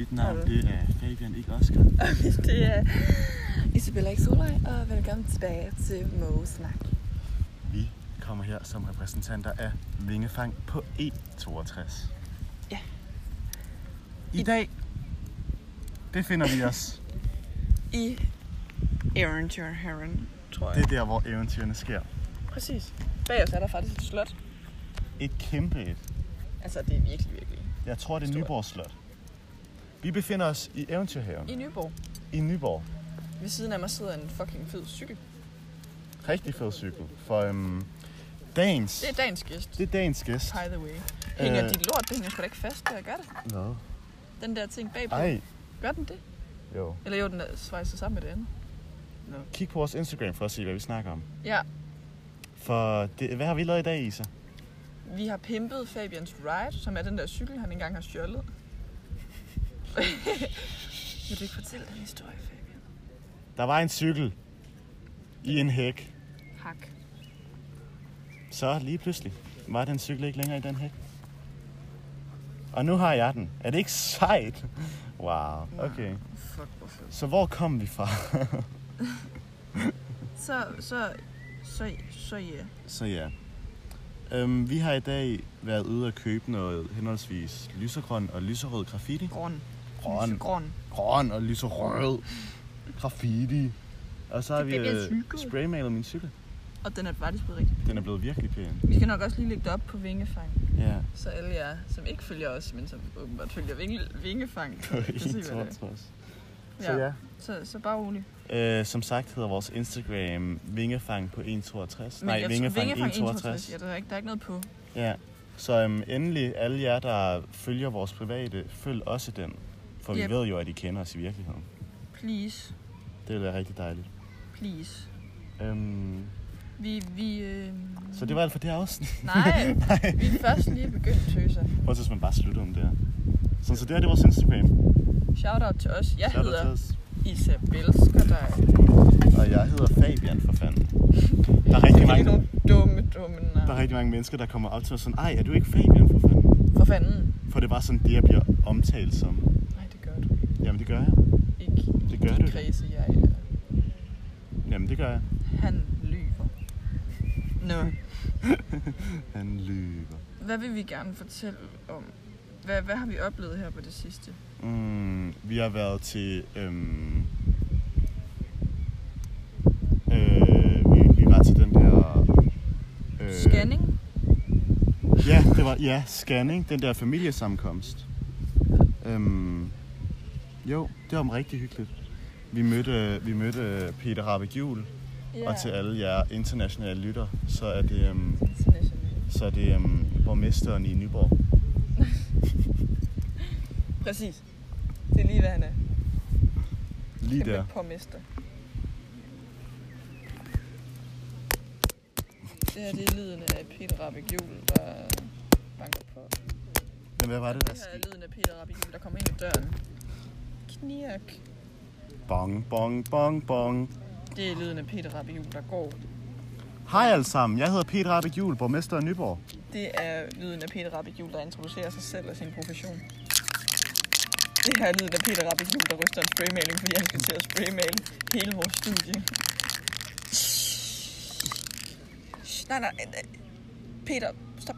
Mit navn det er Fabian, ikke Oscar. Det er Isabella, ikke Solvej, og velkommen tilbage til Mågesnak. Vi kommer her som repræsentanter af Vingefang på E62. Ja. I dag befinder vi os i Eventyrherren, tror jeg. Det er der, hvor eventyrene sker. Præcis. Bag os er der faktisk et slot. Et kæmpe et. Altså, det er virkelig. Jeg tror, det er Nyborg Slot. Vi befinder os i Eventyrhaven. I Nyborg. I Nyborg. Ved siden af mig sidder en fucking fed cykel. Rigtig fed cykel. For dagens... Det er dagens gæst. Det er dagens gæst. By the way. Hænger dit lort, det hænger sgu da ikke fast, der gør det. Hvad? Den der ting bagpå. Ej. Gør den det? Jo. Eller jo, den er svejset sammen med det andet. No. Kig på vores Instagram for at se, hvad vi snakker om. Ja. For det, hvad har vi lavet i dag, Isa? Vi har pimpet Fabians Ride, som er den der cykel, han engang har stjålet. Vil du ikke fortælle den historie, Fabian? Der var en cykel i en hæk. Hak. Så lige pludselig var den cykel ikke længere i den hæk. Og nu har jeg den. Er det ikke sejt? Wow, okay. Fuck, hvor fedt. Så hvor kom vi fra? Så ja. Vi har i dag været ude at købe noget henholdsvis lysegrøn og lyserød graffiti. Grøn og lyserød graffiti. Og så har vi spraymalet min cykel. Og den er faktisk blevet rigtig. Den er blevet virkelig pæn. Vi skal nok også lige lægge det op på Vingefang. Ja. Så alle jer, som ikke følger os, men som åbenbart følger Vingefang. På E62. Ja. Så bare roligt. Som sagt hedder vores Instagram Vingefang på 162. Nej, Vingefang 162. Ja, der er ikke noget på. Ja. Så endelig alle jer, der følger vores private, følg også den. For vi ved jo, at I kender os i virkeligheden. Please. Det vil være rigtig dejligt. Please. Så det var alt for det afsnit. Nej, vi er først lige begyndt, tøser. Prøv at man bare slutter om det her. Så det er vores Instagram. Shoutout til os. Jeg hedder Isabella dig. Og jeg hedder Fabian, for fanden. Der er rigtig mange dumme navn. Der er rigtig mange mennesker, der kommer op til os sådan, ej, er du ikke Fabian, for fanden? For fanden? For det er bare sådan, det jeg bliver omtalt som. Nej, det gør du ikke. Jamen, det gør jeg. Ikke. Det gør du. Kredse, jeg. Jamen, det gør jeg. Han lyver. Nå. Han lyver. Hvad vil vi gerne fortælle om? Hvad har vi oplevet her på det sidste? Vi har været til... vi var til den der... Scanning? Ja, det var Scanning. Den der familiesammenkomst. Jo, det var rigtig hyggeligt. Vi mødte Peter Rabeck-Juhl. Yeah. Og til alle jer internationale lytter, så er det borgmesteren i Nyborg. Præcis. Det er lige hvad han er. Lige der. Borgmester. Det her det er lyden af Peter Rabeck-Juhl, der banker på. Men hvad var det, der skete? Det her er lyden af Peter Rabeck-Juhl, der kommer ind ad døren. Knirk. Bong, bong, bong, bong. Det er lyden af Peter Rabeck-Juhl, der går. Hej alle sammen, jeg hedder Peter Rabeck-Juhl, borgmester af Nyborg. Det er lyden af Peter Rabeck-Juhl, der introducerer sig selv og sin profession. Det her er lyden af Peter Rabeck-Juhl, der ryster en spraymaling, fordi han skal til at spraymale hele vores studie. Nej. Peter, stop.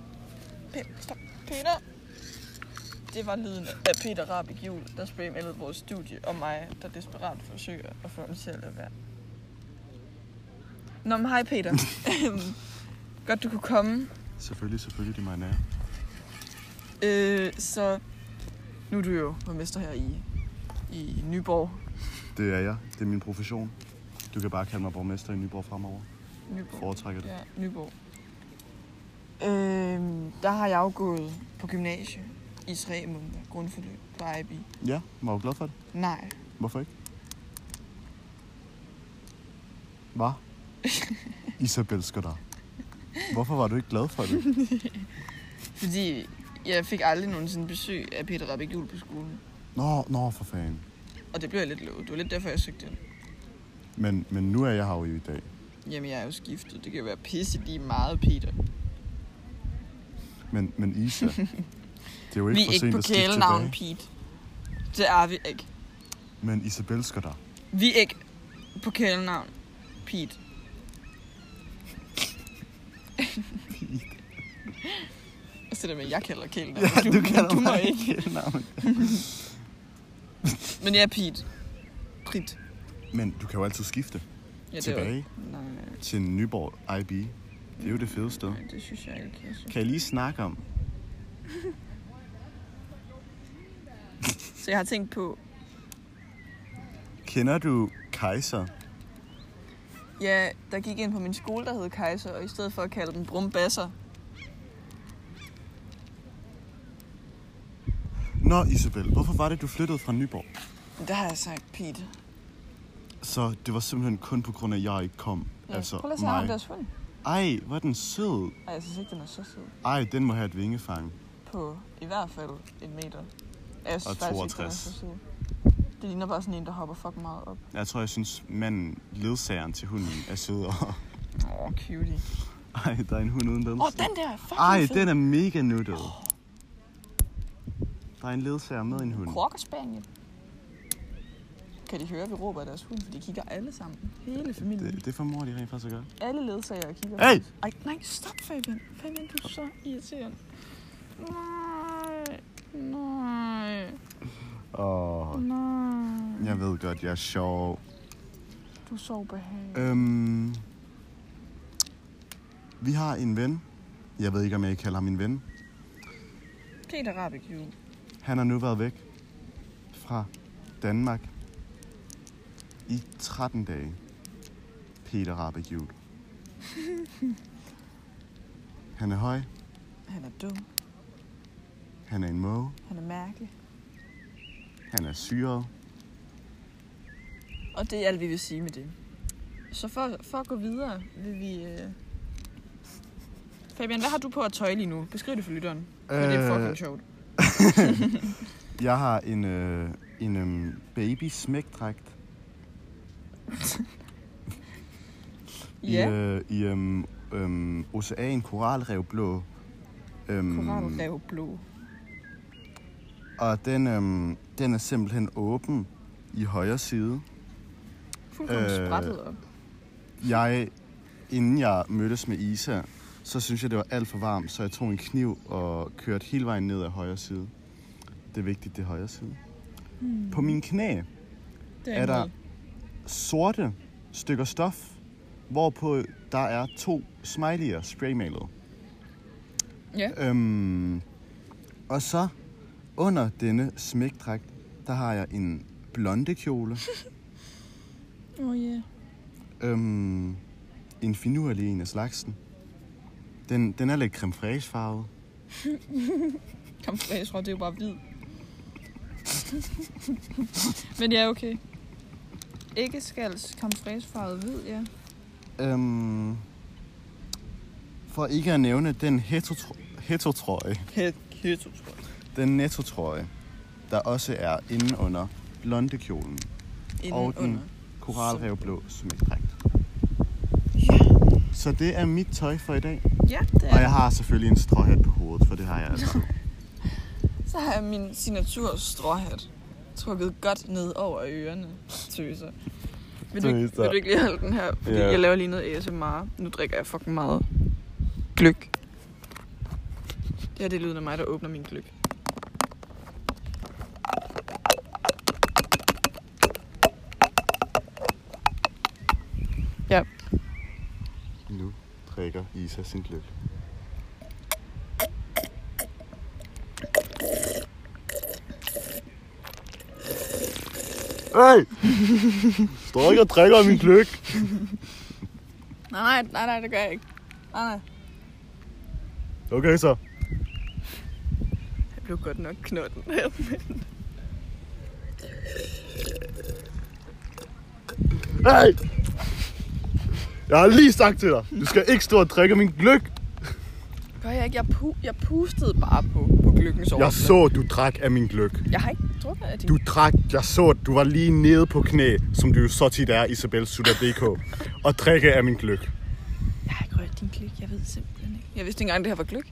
Peter. Det var lyden af Peter Rabeck-Juhl, der spraymalede vores studie, og mig, der desperat forsøger at få ham til at lade være. Nå, men hej Peter. Godt, du kunne komme. Selvfølgelig, det er mig nær. Så nu er du jo borgmester her i Nyborg. Det er jeg. Det er min profession. Du kan bare kalde mig borgmester i Nyborg fremover. Nyborg. Foretrækker det. Ja, Nyborg. Der har jeg jo gået på gymnasie i 3 måneder. Grundforløb på IB. Ja, var du glad for det? Nej. Hvorfor ikke? Hvad? Isabel skal der. Hvorfor var du ikke glad for det? Fordi jeg fik aldrig nogensinde besøg af Peter Rabeck-Juhl på skolen. Nå, for fanden. Og det blev jeg lidt lovet. Det var lidt derfor, jeg søgte ind. Men nu er jeg her jo i dag. Jamen, jeg er jo skiftet. Det kan jo være pisse lige meget, Peter. Men Isa, det er jo ikke for sent at skifte tilbage. Vi er ikke på kælenavn, Pete. Det er vi ikke. Men Isabel skal der. Vi er ikke på kælenavn. Pete. Altså det med, jeg kalder kælenavn. Ja, du kalder du må mig ikke. kælenavn. Men jeg er Pete. Prit. Men du kan jo altid skifte tilbage til Nyborg IB. Det er jo det fede sted. Nej, det synes jeg ikke. Kan jeg lige snakke om? Så jeg har tænkt på... Kender du Kaiser? Ja, der gik ind på min skole, der hed Kaiser, og i stedet for at kalde dem brumbasser. Nå, Isabel, hvorfor var det, du flyttede fra Nyborg? Det har jeg sagt, Pete. Så det var simpelthen kun på grund af, at jeg ikke kom. Ja, altså prøv at se ham deres hund. Ej, hvor er den sød. Ej, jeg synes ikke, den er så sød. Ej, den må have et vingefang. På i hvert fald 1 meter. Jeg synes Og faktisk 62. ikke, den er så sød. Det ligner bare sådan en, der hopper fucking meget op. Jeg synes, manden, ledsageren til hunden, er sødere. Cutie. Ej, der er en hund uden ledsagere. Den der er fucking Ej, fed. den er mega nuttet. Der er en ledsager med en hund. Cocker Spaniel. Kan de høre, at vi råber af deres hund, for de kigger alle sammen. Hele familien. Det formår de rent faktisk at gøre. Alle ledsager kigger. Hey! Ej, nej, stop, Fabian. Fabian, du er så irriterende. Nej. Nej. Jeg ved godt, jeg er sjov. Du er så behagelig. Vi har en ven. Jeg ved ikke, om jeg kalder ham min ven. Peter Rabeck-Juhl. Han har nu været væk fra Danmark i 13 dage. Peter Rabeck-Juhl. Han er høj. Han er dum. Han er en måge. Han er mærkelig. Han er syret. Og det er alt, vi vil sige med det. Så for at gå videre, vil vi... Fabian, hvad har du på at tøj lige nu? Beskriv det for lytteren. Det er fucking sjovt. Jeg har en baby smækdragt. Ja. I ocean koralrevblå. Koralrevblå. Og den er simpelthen åben i højre side. Fuldkommen sprættet op. Inden jeg mødtes med Isa, så synes jeg, det var alt for varmt, så jeg tog en kniv og kørte hele vejen ned ad højre side. Det er vigtigt, det er højre side. På mine knæ er der sorte stykker stof, hvorpå der er 2 smiley'er spraymalet. Ja. Og så under denne smækdragt, der har jeg en blonde kjole. Ja. En finurlig en af slagsen. Den er lidt creme fraiche farvet. Creme fraiche, det er jo bare hvid. Men ja, okay. Ikke skals creme fraiche farvet hvid, ja. For ikke at nævne den hetto-trøje. Hetto-trøje. Den netto-trøje, der også er inde under blondekjolen. Og den koralrevblå smækdragt. Ja. Så det er mit tøj for i dag. Ja, det er. Og jeg har selvfølgelig en stråhat på hovedet, for det har jeg altid. Så har jeg min signaturstråhat trukket godt ned over ørerne, tøser. Vil du ikke lige holde den her? Fordi jeg laver lige noget ASMR. Nu drikker jeg fucking meget gløgg. Det her det er lyden af mig, der åbner min gløgg. Ja. Nu drikker Isa sin gløgg. Hey! Står ikke og drikker min gløgg. Nej, det gør jeg ikke. Nej. Okay så. Jeg blev godt nok knotten her, men... Hey! Jeg har lige sagt til dig, du skal ikke stå og drikke min gløgg. Gør jeg ikke? Jeg pustede bare på gløggens overflade. Jeg så, du drak af min gløgg. Jeg har ikke drukket af din. Du drak, jeg så, du var lige nede på knæ, som du så tit er, Isabel Sutter.dk, og drikke af min gløgg. Jeg har ikke rørt din gløgg, jeg ved simpelthen ikke. Jeg vidste ikke engang, det her var gløgg.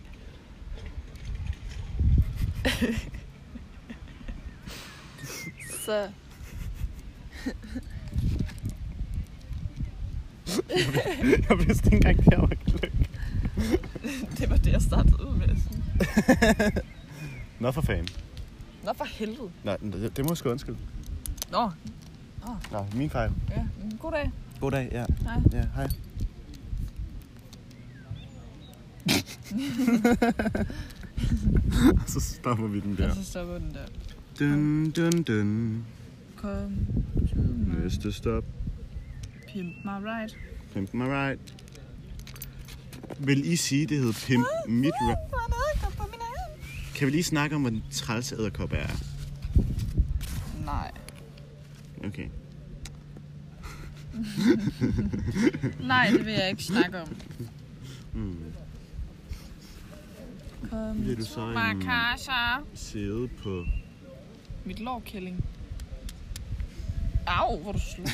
Så... Jeg vidste ikke engang, det her var gløk. Det var det, jeg startede ud med at sige. Nå for fanden. Nå for helvede. Nej, det må jeg sgu undskylde. Nå. Nå, min fejl. Ja, god dag. God dag, ja. Hej. Ja, hej. Så stopper vi den der. Og så stopper den der. Dun, dun, dun. Kom. Næste stop. Pimp my ride. Pimp my ride. Vil I sige, det hedder Pimp mit ride? Kan vi lige snakke om, hvad den trælse edderkop er? Nej. Okay. Nej, det vil jeg ikke snakke om. Kom Vil du så sidde på mit lårkælling. Au, hvor du slår.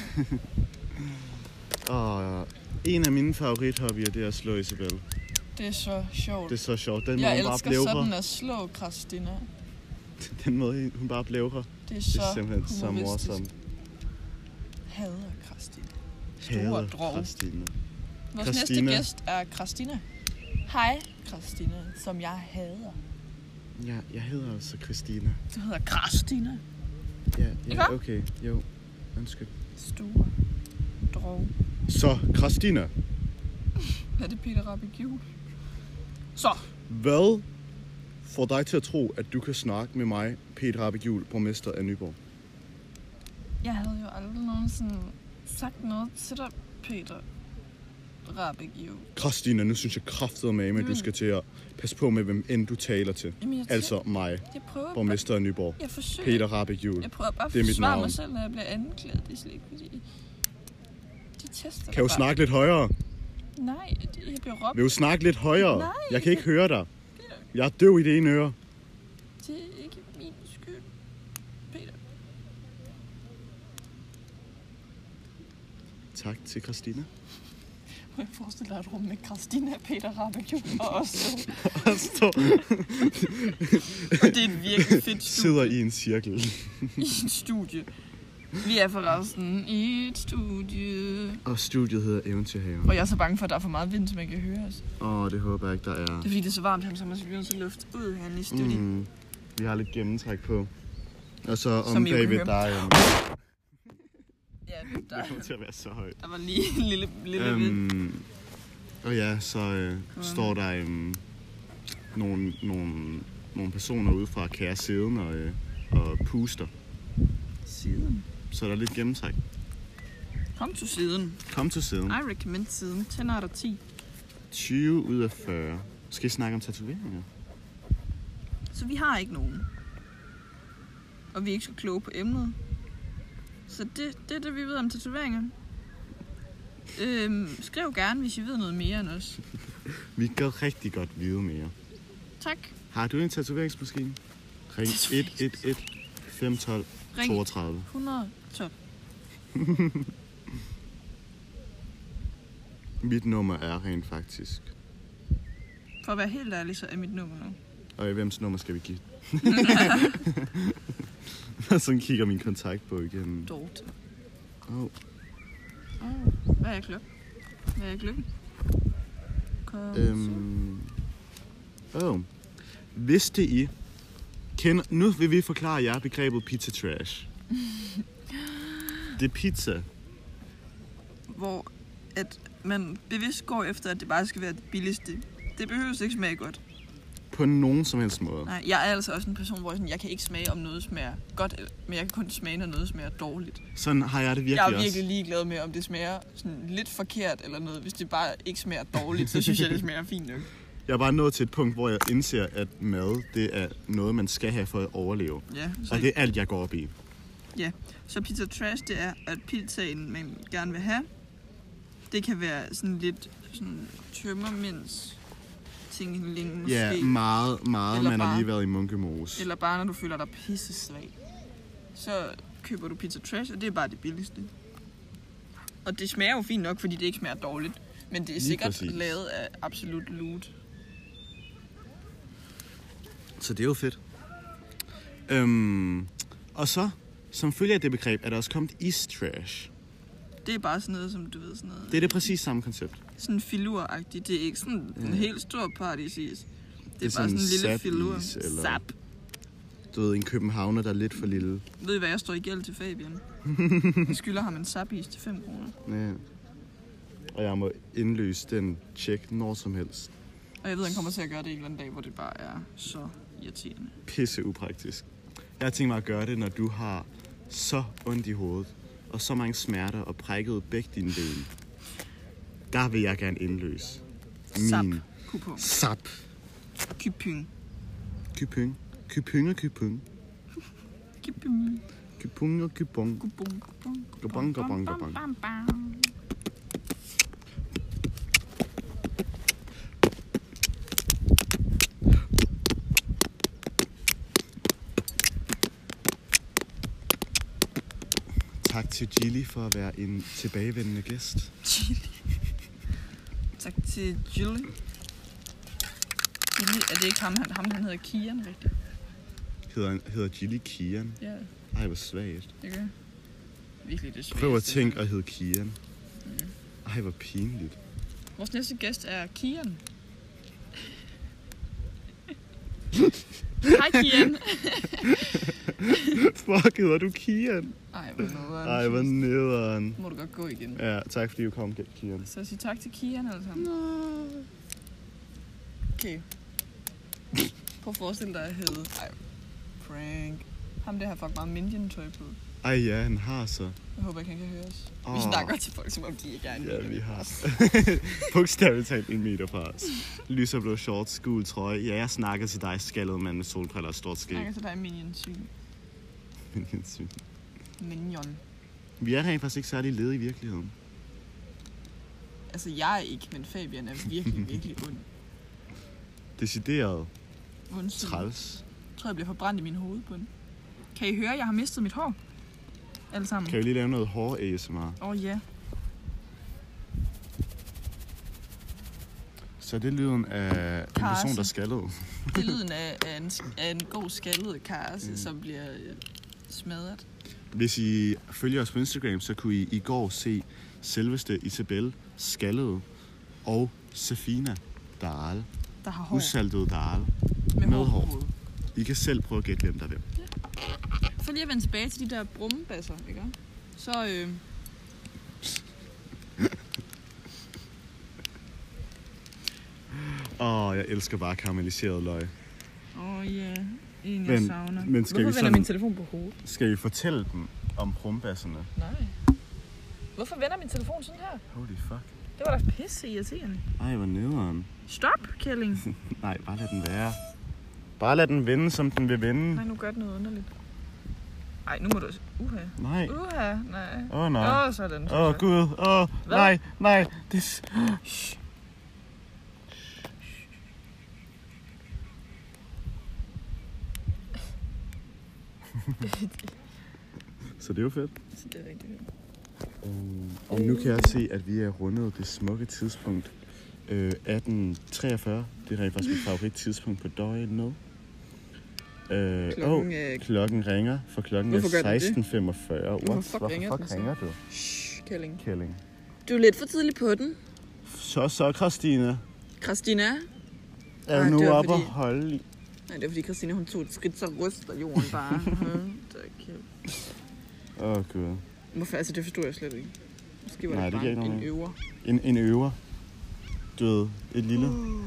Og en af mine favorithobbyer, det er at slå Isabel. Det er så sjovt. Det er så sjovt. Den jeg måde, hun elsker bare blævrer. sådan at slå Christina. Den måde, hun bare blævrer. Det er så simpelthen så morsomt. Hader Christina. Hader drog. Christina. Vores næste gæst er Christina. Hej, Christina, som jeg hader. Ja, jeg hedder altså Christina. Du hedder Christina. Ja, okay. Jo, undskyld. Store drog. Så, Christina. Er det Peter Rabe-Hjul? Så. Hvad får dig til at tro, at du kan snakke med mig, Peter Rabe-Hjul, borgmester af Nyborg? Jeg havde jo aldrig nogensinde sagt noget til dig, Peter Rabe-Hjul. Christina, nu synes jeg kraftedeme, at du skal til at passe på med, hvem end du taler til. Altså mig, borgmester af Nyborg. Peter Rabe-Hjul. Jeg prøver bare at forsvare mig selv, når jeg bliver anklaget. Det er slet ikke, fordi de tester. Kan du snakke lidt højere? Nej, jeg bliver råbt. Vil du snakke lidt højere? Nej. Jeg kan ikke høre dig. Jeg er døv i det ene øre. Det er ikke min skyld, Peter. Tak til Christina. Må jeg forestille dig et rum med Christina, Peter Rabe-Hjul og os to. Og det er et virkelig fedt studie. Sidder i en cirkel. I et studie. Vi er forresten i et studie. Og studiet hedder Eventyrhaven. Og jeg er så bange for, at der er for meget vind, så man kan høre os. Det håber jeg ikke, der er. Det er fordi, det er så varmt her, så man skal så luft ud herinde i studiet. Vi har lidt gennemtræk på. Og så om bagved dig. Ja, der kommer til at være så højt. Der var lige en lille vind. Og ja, så står der nogle personer ude fra Kære Siden og puster. Siden? Så er der lidt gennemtræk. Kom til siden. Kom til siden. I recommend siden. 10 ud af 10. 20 ud af 40. Skal I snakke om tatoveringer? Så vi har ikke nogen. Og vi er ikke så kloge på emnet. Så det er det, vi ved om tatoveringer. Skriv gerne, hvis I ved noget mere end os. Vi kan rigtig godt vide mere. Tak. Har du en tatoveringsmaskine? Ring 111 512 32. 112. Mit nummer er rent faktisk. For at være helt ærlig, så er mit nummer nu. Og i hvems nummer skal vi give? Og så kigger min kontaktbog igennem. Dorte. Hvad er klokken? Vidste I kender... Nu vil vi forklare jer begrebet pizza trash. Det er pizza. Hvor at man bevidst går efter, at det bare skal være det billigste. Det behøver ikke smage godt. På nogen som helst måde. Nej, jeg er altså også en person, hvor jeg kan ikke smage, om noget smager godt, men jeg kan kun smage, når noget smager dårligt. Sådan har jeg det virkelig også. Jeg er virkelig ligeglad med, om det smager sådan lidt forkert eller noget. Hvis det bare ikke smager dårligt, så synes jeg, det smager fint nok. Jeg er bare nået til et punkt, hvor jeg indser, at mad, det er noget, man skal have for at overleve. Ja, og det er alt, jeg går op i. Ja, så pizza trash, det er, at pizzaen, man gerne vil have, det kan være sådan lidt sådan tømmermænds tingling måske. Ja, meget. Eller man bare, har lige været i Munkemose. Eller bare, når du føler dig pissesvag. Så køber du pizza trash, og det er bare det billigste. Og det smager jo fint nok, fordi det ikke smager dårligt. Men det er sikkert lavet af absolut loot. Så det er jo fedt. Og så Som følge af det begreb er der også kommet is-trash. Det er bare sådan noget, som du ved, sådan noget... Det er det præcis samme koncept. Sådan filuragtigt. Det er ikke sådan en helt stor partysis. Det er bare sådan en lille filur. Zap. Du ved, en københavner, der er lidt for lille. Ved I, hvad jeg står i gæld til Fabian? Jeg skylder ham en Zap-is til 5 kroner. Ja. Og jeg må indløse den check når som helst. Og jeg ved, han kommer til at gøre det en eller anden dag, hvor det bare er så irriterende. Pisse upraktisk. Jeg har tænkt mig at gøre det, når du har så ondt i hovedet, og så mange smerter og brækket begge dine ben. Der vil jeg gerne indløse. Zap. Kupon. Zap. Kypyng. Kypyng. Kypyng og kypyng. Kypyng. Kypyng og kypong. Kupong. Gabong, gabong, gabong. Tak til Gilly for at være en tilbagevendende gæst. Gilly. Tak til Gilly. Gilly, er det ikke ham? Han hedder Kian, rigtigt? Hedder Gilly Kian? Ja. Ej, hvor svagt. Okay. Virkelig det svageste. Prøv at tænke at hedde Kian. Ej, hvor pinligt. Vores næste gæst er Kian. Hej Kian. Fuck, hedder du Kian? Ej, hvor nederen. Ej, hvor nederen. Må du godt gå igen. Ja, tak fordi du kom, Kian. Så sig tak til Kian alle sammen. Okay. Prøv at forestille dig at hedde... Ej, prank. Ham der har fucking meget Minion-tøj på. Ej ja, han har så. Jeg håber ikke, han kan høre os. Vi snakker til folk, som om de ikke er en meter. Ja, vi har. Bogstaveligt talt 1 meter fra os. Lyserblå shorts, gul trøje. Ja, jeg snakker til dig, skaldet mand med solbriller og stort skæg. Jeg snakker til dig, Minion-syn. Minion-syn. Minion. Vi er rent faktisk ikke særlig lede i virkeligheden. Altså, jeg er ikke, men Fabian er virkelig, virkelig ond. Decideret. Undskyld. Træls. Jeg tror, jeg bliver forbrændt i min hovedbund. Kan I høre, jeg har mistet mit hår? Alle sammen. Kan vi lige lave noget hår-ASMR? Ja. Så det er lyden af en person, der skaldede. Det er lyden af en god skaldet karse, som bliver smadret. Hvis I følger os på Instagram, så kunne I går se selveste Isabel skaldede og Safina Dahl. Der har hår. Usaltet Dahl. Med hår. I kan selv prøve at gætte, hvem der er hvem. Ja. For lige at vende tilbage til de der brummebasser, ikke? Så jeg elsker bare karamelliseret løg. Ja. En jeg savner. Men skal Hvorfor vender min telefon på hovedet? Skal vi fortælle dem om brumbasserne? Nej. Hvorfor vender min telefon sådan her? Holy fuck. Det var da pisse irriterende. Ej, hvor nederen. Stop, Kælling. Nej, bare lad den være. Bare lad den vende, som den vil vende. Nej, nu gør det noget underligt. Ej, nu må du... Nej. Nej. Nej. Sådan. Gud. Nej. Det... Så det er jo fedt. Så det er rigtig fedt. Og nu kan jeg se, at vi er rundet det smukke tidspunkt 18:43. Det er rent faktisk mit favorit tidspunkt på døgnet. Klokken ringer, for klokken er 16:45. Hvorfor ringer du? Shh, Kælling. Du er lidt for tidlig på den. Så Christina. Christina? Er du nu oppe og holde i? Nej, det er fordi Christina, hun tog et skridt, så ryster jorden bare. Gud. Hvorfor? Altså, det forstår jeg slet ikke. Måske var det bare en øver. En øver. Du ved, et lille...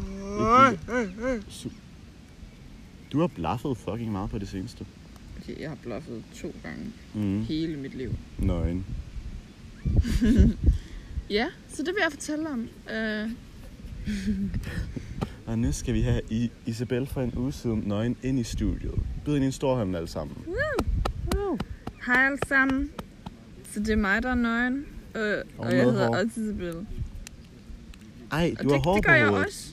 Du har blaffet fucking meget på det seneste. Okay, jeg har blaffet 2 gange. Hele mit liv. Nøgen. Ja, så det vil jeg fortælle om. Og nu skal vi have Isabel for en uge siden nøgen ind i studiet. Byd ind i en stor hånd alle sammen. Hej alle sammen. Så det er mig, der er nøgen. Og jeg hedder også Isabel. Ej, du har hår på hovedet. Det gør jeg også.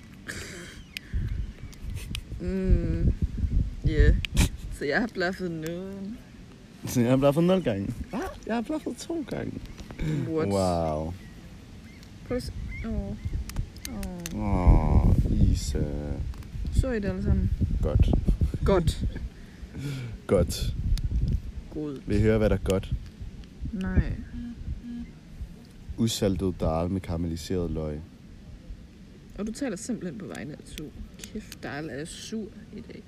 Ja. Så jeg har blaffet noget. Så jeg har blaffet 0 gange? Jeg har blaffet 2 gange. What? Wow. Plus... Isa. Så I det alle sammen? Godt. god. Vil I høre, hvad der er godt? Nej. Usaltet dal med karamelliseret løg. Og du taler simpelthen på vegne af to. Kæft, Dal er sur i dag.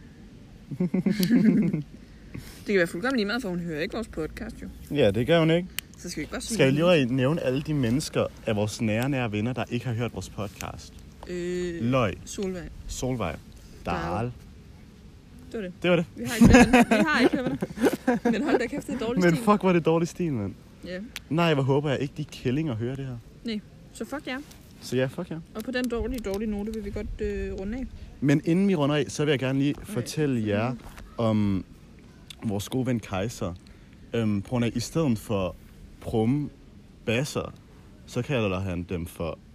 Det kan være fuldkommen lige meget, for hun hører ikke vores podcast, jo. Ja, det gør hun ikke. Så skal vi ikke bare sige... Skal jeg lige nævne alle de mennesker af vores nære venner, der ikke har hørt vores podcast? Løg. Solvej. Dal. Det var det. Vi har ikke hørt det. Men hold da kæft, det er dårlig stil. Men fuck, var det dårlig stil, mand. Ja. Nej, hvor håber jeg ikke, de kællinger hører det her. Nej, så fuck ja. Så ja, fuck ja. Og på den dårlige note vil vi godt runde af. Men inden vi runder af, så vil jeg gerne lige fortælle jer om vores gode ven Kaiser. På grund af, i stedet for basser, så kalder han dem for